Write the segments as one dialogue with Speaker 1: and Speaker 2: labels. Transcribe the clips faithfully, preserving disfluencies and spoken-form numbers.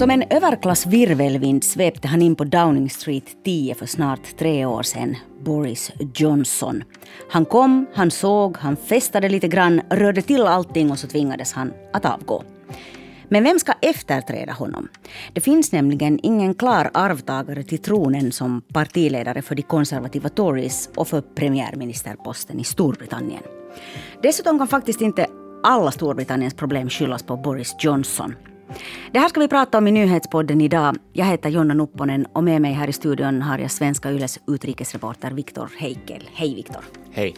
Speaker 1: Som en överklassvirvelvind svepte han in på Downing Street tio för snart tre år sedan, Boris Johnson. Han kom, han såg, han festade lite grann, rörde till allting och så tvingades han att avgå. Men vem ska efterträda honom? Det finns nämligen ingen klar arvtagare till tronen som partiledare för de konservativa Tories och för premiärministerposten i Storbritannien. Dessutom kan faktiskt inte alla Storbritanniens problem skyllas på Boris Johnson. Det här ska vi prata om i nyhetspodden idag. Jag heter Jonna Nupponen och med mig här i studion har jag Svenska Yles utrikesreporter Viktor Heikel. Hej Viktor.
Speaker 2: Hej.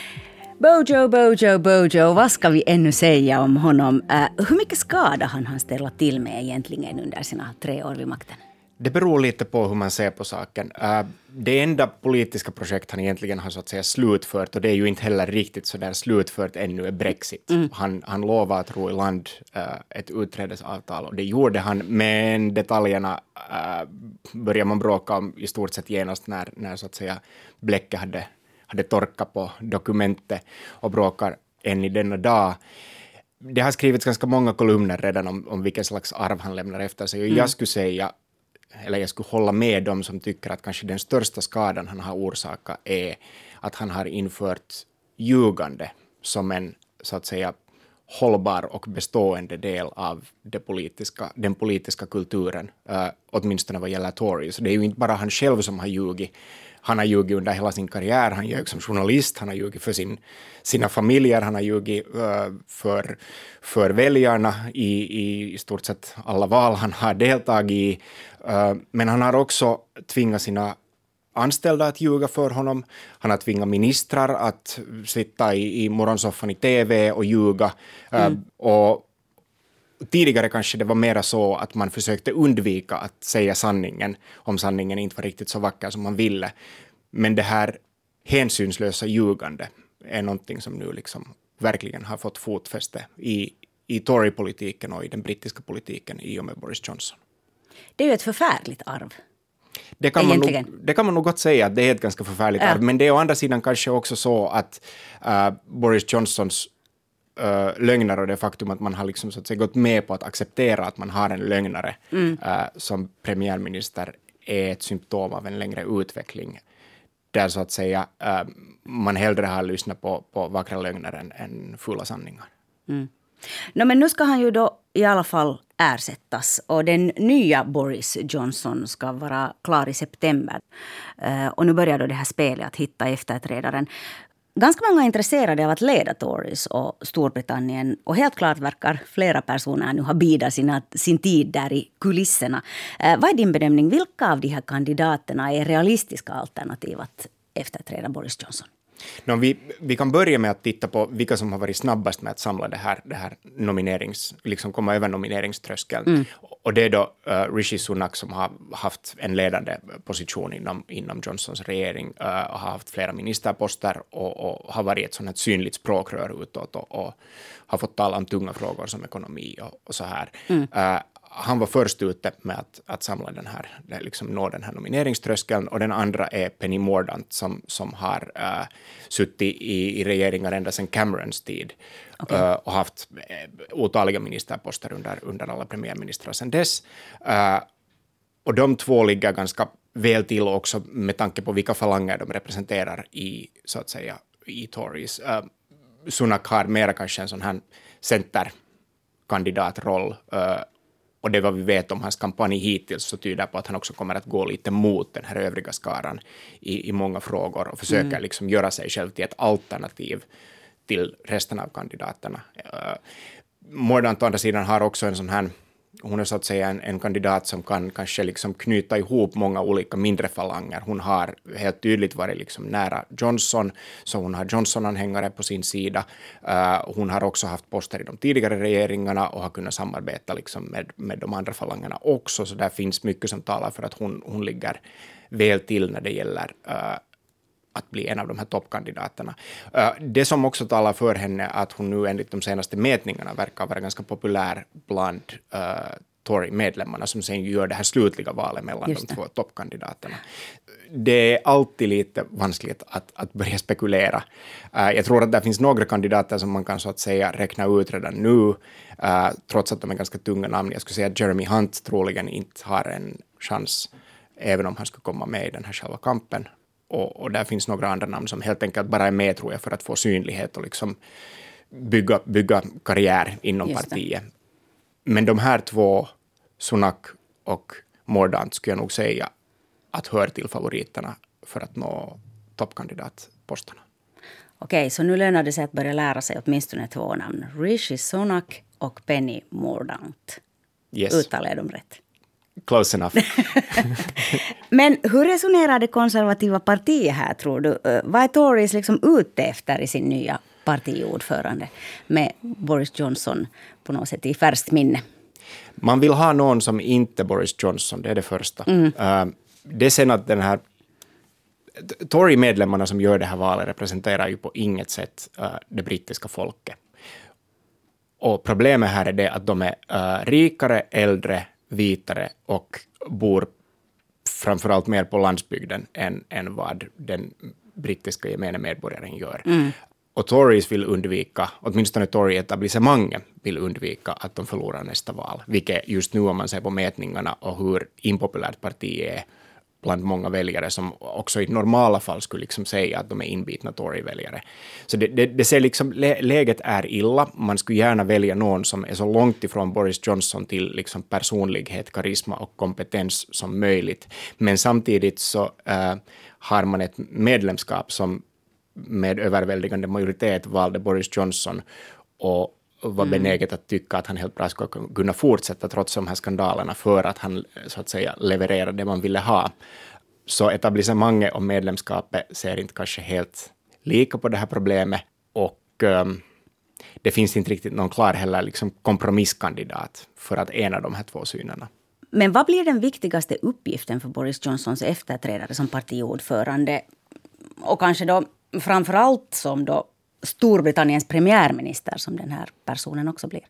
Speaker 1: Bojo, Bojo, Bojo, vad ska vi ännu säga om honom? Uh, hur mycket skada han han ställa till med egentligen under sina tre år vid makten?
Speaker 2: Det beror lite på hur man ser på saken. Uh, det enda politiska projekt han egentligen har så att säga slutfört, och det är ju inte heller riktigt så där slutfört ännu, är Brexit. Mm. Han, han lovade att ro i land uh, ett utträdesavtal och det gjorde han, men detaljerna uh, började man bråka om i stort sett genast när, när så att säga bläcket hade, hade torkat på dokumentet och bråkar än i denna dag. Det har skrivits ganska många kolumner redan om, om vilken slags arv han lämnar efter sig och mm. jag skulle säga eller jag skulle hålla med dem som tycker att kanske den största skadan han har orsakat är att han har infört ljugande som en så att säga hållbar och bestående del av det politiska, den politiska kulturen, uh, åtminstone vad gäller Tories. Det är ju inte bara han själv som har ljugit. Han har ljugit under hela sin karriär, han ljög som journalist, han har ljugit för sin, sina familjer, han har ljugit uh, för, för väljarna i, i, i stort sett alla val han har deltagit i. Uh, men han har också tvingat sina anställda att ljuga för honom. Han har tvingat ministrar att sitta i, i morgonsoffan i tv och ljuga. Uh, mm. Och tidigare kanske det var mer så att man försökte undvika att säga sanningen om sanningen inte var riktigt så vacker som man ville. Men det här hänsynslösa ljugande är någonting som nu liksom verkligen har fått fotfäste i, i Tory-politiken och i den brittiska politiken i och med Boris Johnson.
Speaker 1: Det är ju ett förfärligt arv.
Speaker 2: Det kan, man nog, det kan man nog gott säga att det är ett ganska förfärligt ja. arv. Men det är å andra sidan kanske också så att uh, Boris Johnsons uh, lögner och det faktum att man har liksom, så att säga, gått med på att acceptera att man har en lögnare mm. uh, som premiärminister är ett symptom av en längre utveckling. Där så att säga uh, man hellre har lyssnat på, på vackra lögner än, än fulla sanningar.
Speaker 1: Mm. No, men nu ska han ju då i alla fall ersättas och den nya Boris Johnson ska vara klar i september. Uh, och nu börjar då det här spelet att hitta efterträdaren. Ganska många är intresserade av att leda Tories och Storbritannien och helt klart verkar flera personer nu ha bidat sina, sin tid där i kulisserna. Uh, vad är din bedömning? Vilka av de här kandidaterna är realistiska alternativ att efterträda Boris Johnson?
Speaker 2: No, vi, vi kan börja med att titta på vilka som har varit snabbast med att samla det här, det här nominerings, liksom komma över nomineringströskeln. Mm. Och det är då uh, Rishi Sunak som har haft en ledande position inom, inom Johnsons regering uh, och har haft flera ministerposter och, och har varit ett sådant synligt språkrör utåt och, och har fått tala om tunga frågor som ekonomi och, och så här. Mm. Uh, han var först ute med att, att samla den här, liksom nå den här nomineringströskeln och den andra är Penny Mordaunt som, som har uh, suttit i, i regeringar ända sedan Camerons tid okay. uh, och haft uh, otaliga ministerposter under, under alla premiärministrar sedan dess. Uh, och de två ligger ganska väl till också med tanke på vilka falanger de representerar i, så att säga, i Tories. Uh, Sunak har mera kanske en sån här centerkandidatroll uh, och det vad vi vet om hans kampanj hittills så tyder på att han också kommer att gå lite mot den här övriga skaran i, i många frågor och försöka mm. liksom göra sig själv till ett alternativ till resten av kandidaterna. Uh, Mordaunt å andra sidan har också en sån här, hon är så att säga en, en kandidat som kan kanske liksom knyta ihop många olika mindre falanger. Hon har helt tydligt varit liksom nära Johnson, så hon har Johnson-anhängare på sin sida. Uh, hon har också haft poster i de tidigare regeringarna och har kunnat samarbeta liksom med, med de andra falangerna också. Så där finns mycket som talar för att hon, hon ligger väl till när det gäller uh, att bli en av de här toppkandidaterna. Uh, det som också talar för henne att hon nu enligt de senaste mätningarna verkar vara ganska populär bland uh, Tory-medlemmarna som sen gör det här slutliga valet mellan
Speaker 1: Just
Speaker 2: de
Speaker 1: det.
Speaker 2: två toppkandidaterna. Det är alltid lite vanskligt att, att börja spekulera. Uh, jag tror att det finns några kandidater som man kan så att säga räkna ut redan nu, uh, trots att de är ganska tunga namn. Jag skulle säga att Jeremy Hunt troligen inte har en chans, även om han skulle komma med i den här själva kampen. Och, och där finns några andra namn som helt enkelt bara är med, tror jag, för att få synlighet och liksom bygga, bygga karriär inom
Speaker 1: Just det.
Speaker 2: partiet. Men de här två, Sunak och Mordaunt, skulle jag nog säga att hör till favoriterna för att nå toppkandidatposterna.
Speaker 1: Okej, så nu lönar det sig att börja lära sig åtminstone två namn. Rishi Sunak och Penny Mordaunt.
Speaker 2: Yes.
Speaker 1: Uttalar jag dem rätt?
Speaker 2: Close enough.
Speaker 1: Men hur resonerar det konservativa partiet här, tror du? Uh, Vad är Tories liksom ute efter i sin nya partiordförande med Boris Johnson på något sätt i färskt minne?
Speaker 2: Man vill ha någon som inte Boris Johnson, det är det första. Mm. Uh, det är sen att den här Tory-medlemmarna som gör det här valet representerar ju på inget sätt uh, det brittiska folket. Och problemet här är det att de är uh, rikare, äldre, vitare och bor framförallt mer på landsbygden än, än vad den brittiska gemene medborgaren gör. Mm. Och Tories vill undvika, åtminstone Tory-etablissemanget vill undvika att de förlorar nästa val. Vilket just nu, om man ser på mätningarna och hur impopulärt partiet är bland många väljare som också i normala fall skulle liksom säga att de är inbitna Tory-väljare. Så det, det, det ser liksom, lä, läget är illa. Man skulle gärna välja någon som är så långt ifrån Boris Johnson till liksom personlighet, karisma och kompetens som möjligt. Men samtidigt så äh, har man ett medlemskap som med överväldigande majoritet valde Boris Johnson och var benäget att tycka att han helt bra skulle kunna fortsätta trots de här skandalerna för att han så att säga levererar det man ville ha. Så etablissemanget och medlemskapet ser inte kanske helt lika på det här problemet och um, det finns inte riktigt någon klar heller liksom kompromisskandidat för att ena de här två synerna.
Speaker 1: Men vad blir den viktigaste uppgiften för Boris Johnsons efterträdare som partiordförande och kanske då framförallt som då Storbritanniens premiärminister som den här personen också blir?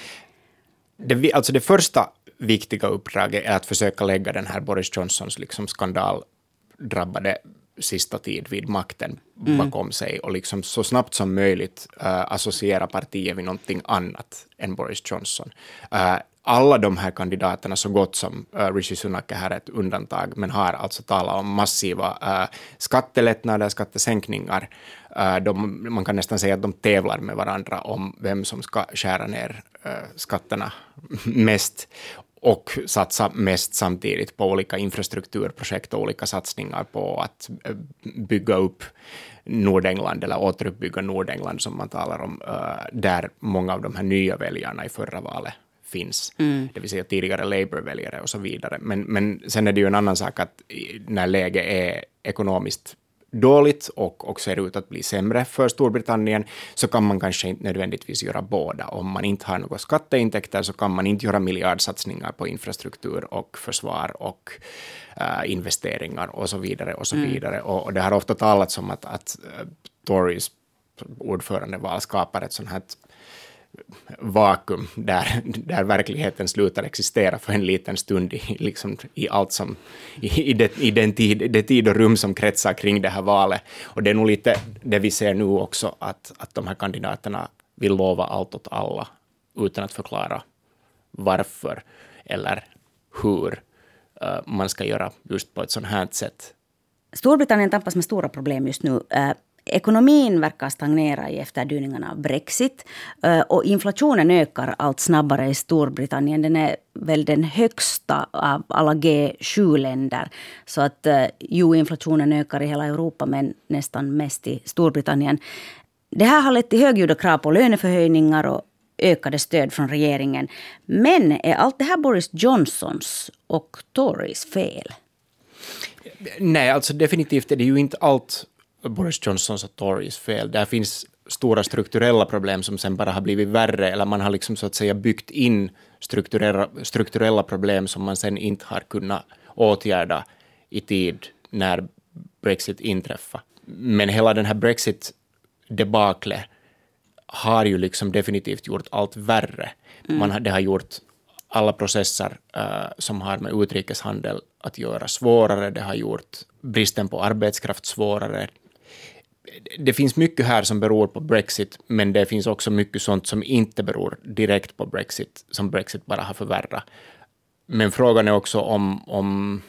Speaker 2: Det, alltså det första viktiga uppdraget är att försöka lägga den här Boris Johnsons liksom skandaldrabbade sista tid vid makten mm. bakom sig och liksom så snabbt som möjligt uh, associera partiet vid någonting annat än Boris Johnson. Uh, alla de här kandidaterna, så gott som uh, Rishi Sunak är här ett undantag, men har alltså talat om massiva uh, skattelättnader, skattesänkningar. Uh, de, man kan nästan säga att de tävlar med varandra om vem som ska skära ner uh, skatterna mest och satsa mest samtidigt på olika infrastrukturprojekt och olika satsningar på att uh, bygga upp Nordengland eller återuppbygga Nordengland som man talar om, uh, där många av de här nya väljarna i förra valet finns, mm. det vill säga tidigare Labour-väljare och så vidare. Men, men sen är det ju en annan sak att när läget är ekonomiskt dåligt och, och ser ut att bli sämre för Storbritannien så kan man kanske inte nödvändigtvis göra båda. Om man inte har några skatteintäkter så kan man inte göra miljardsatsningar på infrastruktur och försvar och uh, investeringar och så vidare och så mm. vidare. Och, och det har ofta talats om att, att uh, Tories ordförandeval skapar ett sånt här vakuum där, där verkligheten slutar existera för en liten stund i, liksom, i allt som i, i, det, i den tid, det tid och rum som kretsar kring det här valet. Och det är nog lite det vi ser nu också, att, att de här kandidaterna vill lova allt åt alla utan att förklara varför eller hur uh, man ska göra just på ett sånt här sätt.
Speaker 1: Storbritannien tampas med stora problem just nu. Uh, Ekonomin verkar stagnera i efterdyningarna av Brexit och inflationen ökar allt snabbare i Storbritannien. Den är väl den högsta av alla G sju-länder. Så att jo, inflationen ökar i hela Europa men nästan mest i Storbritannien. Det här har lett till högljudda krav på löneförhöjningar och ökade stöd från regeringen. Men är allt det här Boris Johnsons och Tories fel? Nej,
Speaker 2: alltså definitivt är det ju inte allt Boris Johnsons och Tories fel. Där finns stora strukturella problem som sen bara har blivit värre, eller man har liksom så att säga byggt in strukturella, strukturella problem som man sen inte har kunnat åtgärda i tid när Brexit inträffar. Men hela den här Brexit-debakle har ju liksom definitivt gjort allt värre. Mm. Man, det har gjort alla processer uh, som har med utrikeshandel att göra svårare. Det har gjort bristen på arbetskraft svårare. Det finns mycket här som beror på Brexit, men det finns också mycket sånt som inte beror direkt på Brexit, som Brexit bara har förvärrat. Men frågan är också om, om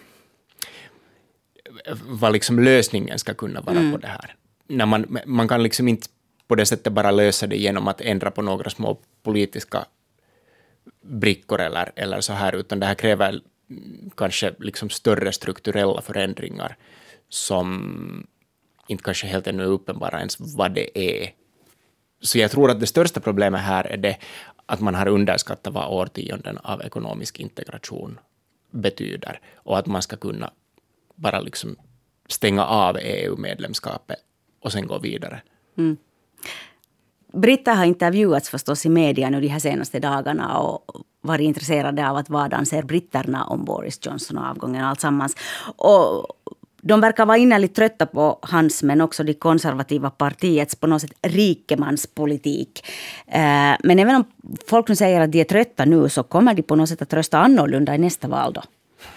Speaker 2: vad liksom lösningen ska kunna vara mm. på det här. När man, man kan liksom inte på det sättet bara lösa det genom att ändra på några små politiska brickor eller, eller så här, utan det här kräver kanske liksom större strukturella förändringar som inte kanske helt ännu är uppenbara ens vad det är. Så jag tror att det största problemet här är det att man har underskattat vad årtionden av ekonomisk integration betyder och att man ska kunna bara liksom stänga av E U-medlemskapet och sen gå vidare. Mm.
Speaker 1: Britta har intervjuats förstås i media nu de här senaste dagarna och varit intresserade av att vad anser britterna om Boris Johnson och avgången och allt sammans. Och de verkar vara innerligt trötta på hans, men också det konservativa partiets på något sätt rikemanspolitik. Men även om folk nu säger att de är trötta nu, så kommer de på något sätt att rösta annorlunda i nästa val då?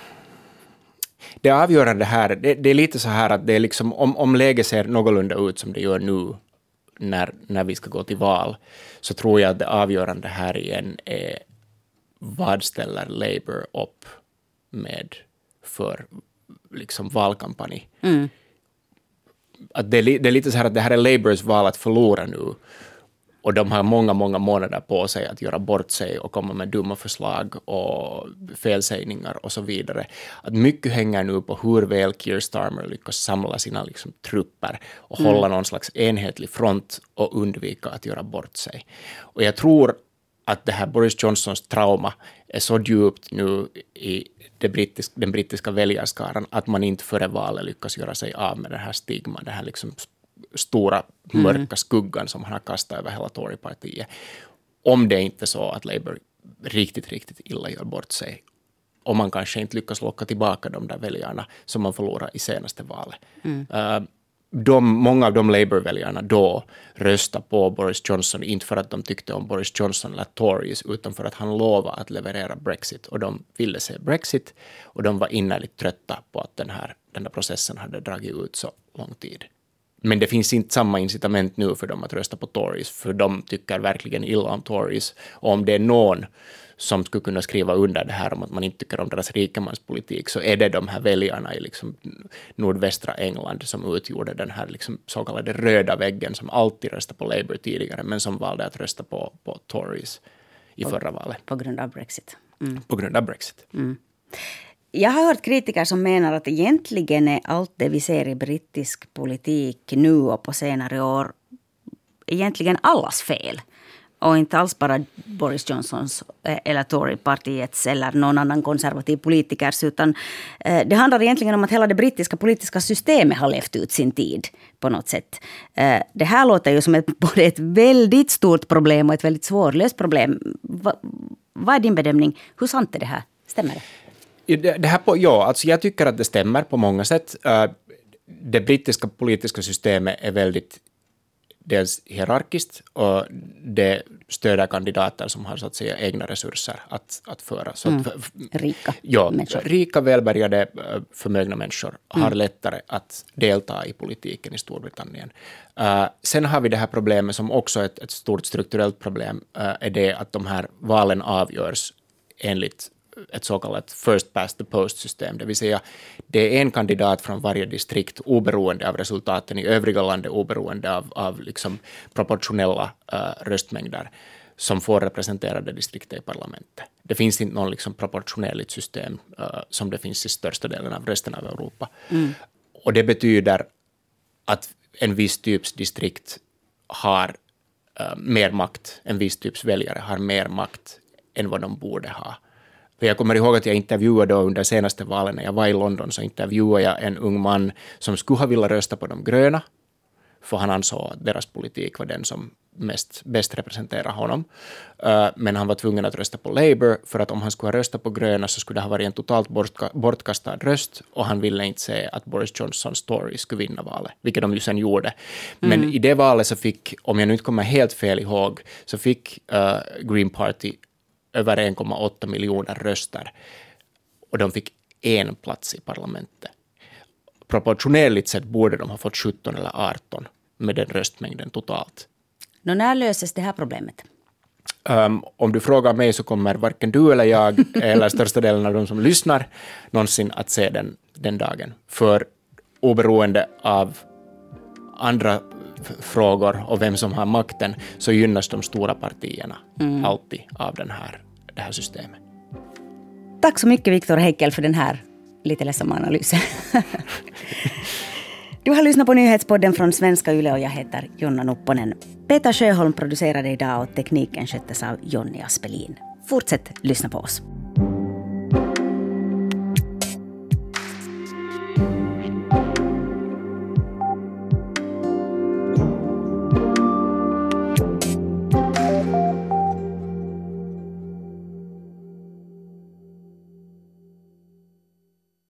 Speaker 2: Det avgörande här, det, det är lite så här att det är liksom, om, om läget ser någorlunda ut som det gör nu när, när vi ska gå till val, så tror jag att det avgörande här igen är vad ställer Labour upp med för liksom valkampanj. Mm. Att det, är, det är lite så här att det här är Labours val att förlora nu. Och de har många, många månader på sig att göra bort sig och komma med dumma förslag och felsägningar och så vidare. Att mycket hänger nu på hur väl Keir Starmer lyckas samla sina liksom trupper och mm. hålla någon slags enhetlig front och undvika att göra bort sig. Och jag tror att det här Boris Johnsons trauma är så djupt nu i det brittisk, den brittiska väljarskaran att man inte före valet lyckas göra sig av med den här stigman, det här liksom stora mörka mm. skuggan som han har kastat över hela Torypartiet. Om det är inte så att Labour riktigt, riktigt illa gör bort sig och man kanske inte lyckas locka tillbaka de där väljarna som man förlorar i senaste valet. Mm. Uh, de, många av de Labour-väljarna då röstade på Boris Johnson, inte för att de tyckte om Boris Johnson eller Tories, utan för att han lovade att leverera Brexit. Och de ville se Brexit och de var innerligt trötta på att den här, den här processen hade dragit ut så lång tid. Men det finns inte samma incitament nu för dem att rösta på Tories, för de tycker verkligen illa om Tories. Och om det är någon som skulle kunna skriva under det här om att man inte tycker om deras rikemanspolitik, så är det de här väljarna i liksom nordvästra England som utgjorde den här liksom så kallade röda väggen som alltid röstade på Labour tidigare, men som valde att rösta på, på Tories i förra valet.
Speaker 1: På grund av Brexit.
Speaker 2: Mm. På grund av Brexit.
Speaker 1: Mm. Jag har hört kritiker som menar att egentligen är allt det vi ser i brittisk politik nu och på senare år egentligen allas fel. Och inte alls bara Boris Johnsons eller Torypartiets eller någon annan konservativ politikers, utan det handlar egentligen om att hela det brittiska politiska systemet har levt ut sin tid på något sätt. Det här låter ju som ett, både ett väldigt stort problem och ett väldigt svårlöst problem. Va, vad är din bedömning? Hur sant är det här? Stämmer det?
Speaker 2: Det här på, ja, alltså jag tycker att det stämmer på många sätt. Det brittiska politiska systemet är väldigt dels hierarkiskt och det stöder kandidater som har så att säga egna resurser att, att föra. Så
Speaker 1: mm.
Speaker 2: att,
Speaker 1: rika
Speaker 2: ja,
Speaker 1: människor.
Speaker 2: Rika, välbärgade, förmögna människor mm. har lättare att delta i politiken i Storbritannien. Uh, sen har vi det här problemet som också är ett, ett stort strukturellt problem, uh, är det att de här valen avgörs enligt ett så kallat first past the post-system, det vill säga det är en kandidat från varje distrikt oberoende av resultaten i övriga landet, oberoende av, av liksom proportionella uh, röstmängder som får representera det distriktet i parlamentet. Det finns inte någon liksom proportionellt system uh, som det finns i största delen av resten av Europa. Mm. Och det betyder att en viss typs distrikt har uh, mer makt, en viss typs väljare har mer makt än vad de borde ha. För jag kommer ihåg att jag intervjuade då under senaste valen när jag var i London, så intervjuade jag en ung man som skulle ha velat rösta på de gröna, för han ansåg att deras politik var den som mest, bäst representerar honom. Uh, men han var tvungen att rösta på Labour, för att om han skulle ha röstat på gröna så skulle det ha varit en totalt bortka, bortkastad röst, och han ville inte se att Boris Johnsons Tories skulle vinna valet, vilket de ju sen gjorde. Men mm. i det valet så fick, om jag nu inte kommer helt fel ihåg, så fick uh, Green Party över en komma åtta miljoner röster och de fick en plats i parlamentet. Proportionellt sett borde de ha fått sjutton eller arton med den röstmängden totalt.
Speaker 1: Nå, när löses det här problemet?
Speaker 2: Um, om du frågar mig så kommer varken du eller jag eller största delen av de som lyssnar någonsin att se den, den dagen. För oberoende av andra f- frågor och vem som har makten så gynnas de stora partierna mm. alltid av den här, det här systemet.
Speaker 1: Tack så mycket Viktor Heikel för den här lite ledsamma analysen. Du har lyssnat på nyhetspodden från Svenska Yle och jag heter Jonna Nupponen. Peter Sjöholm producerade idag och tekniken sköttes av Jonny Aspelin. Fortsätt lyssna på oss.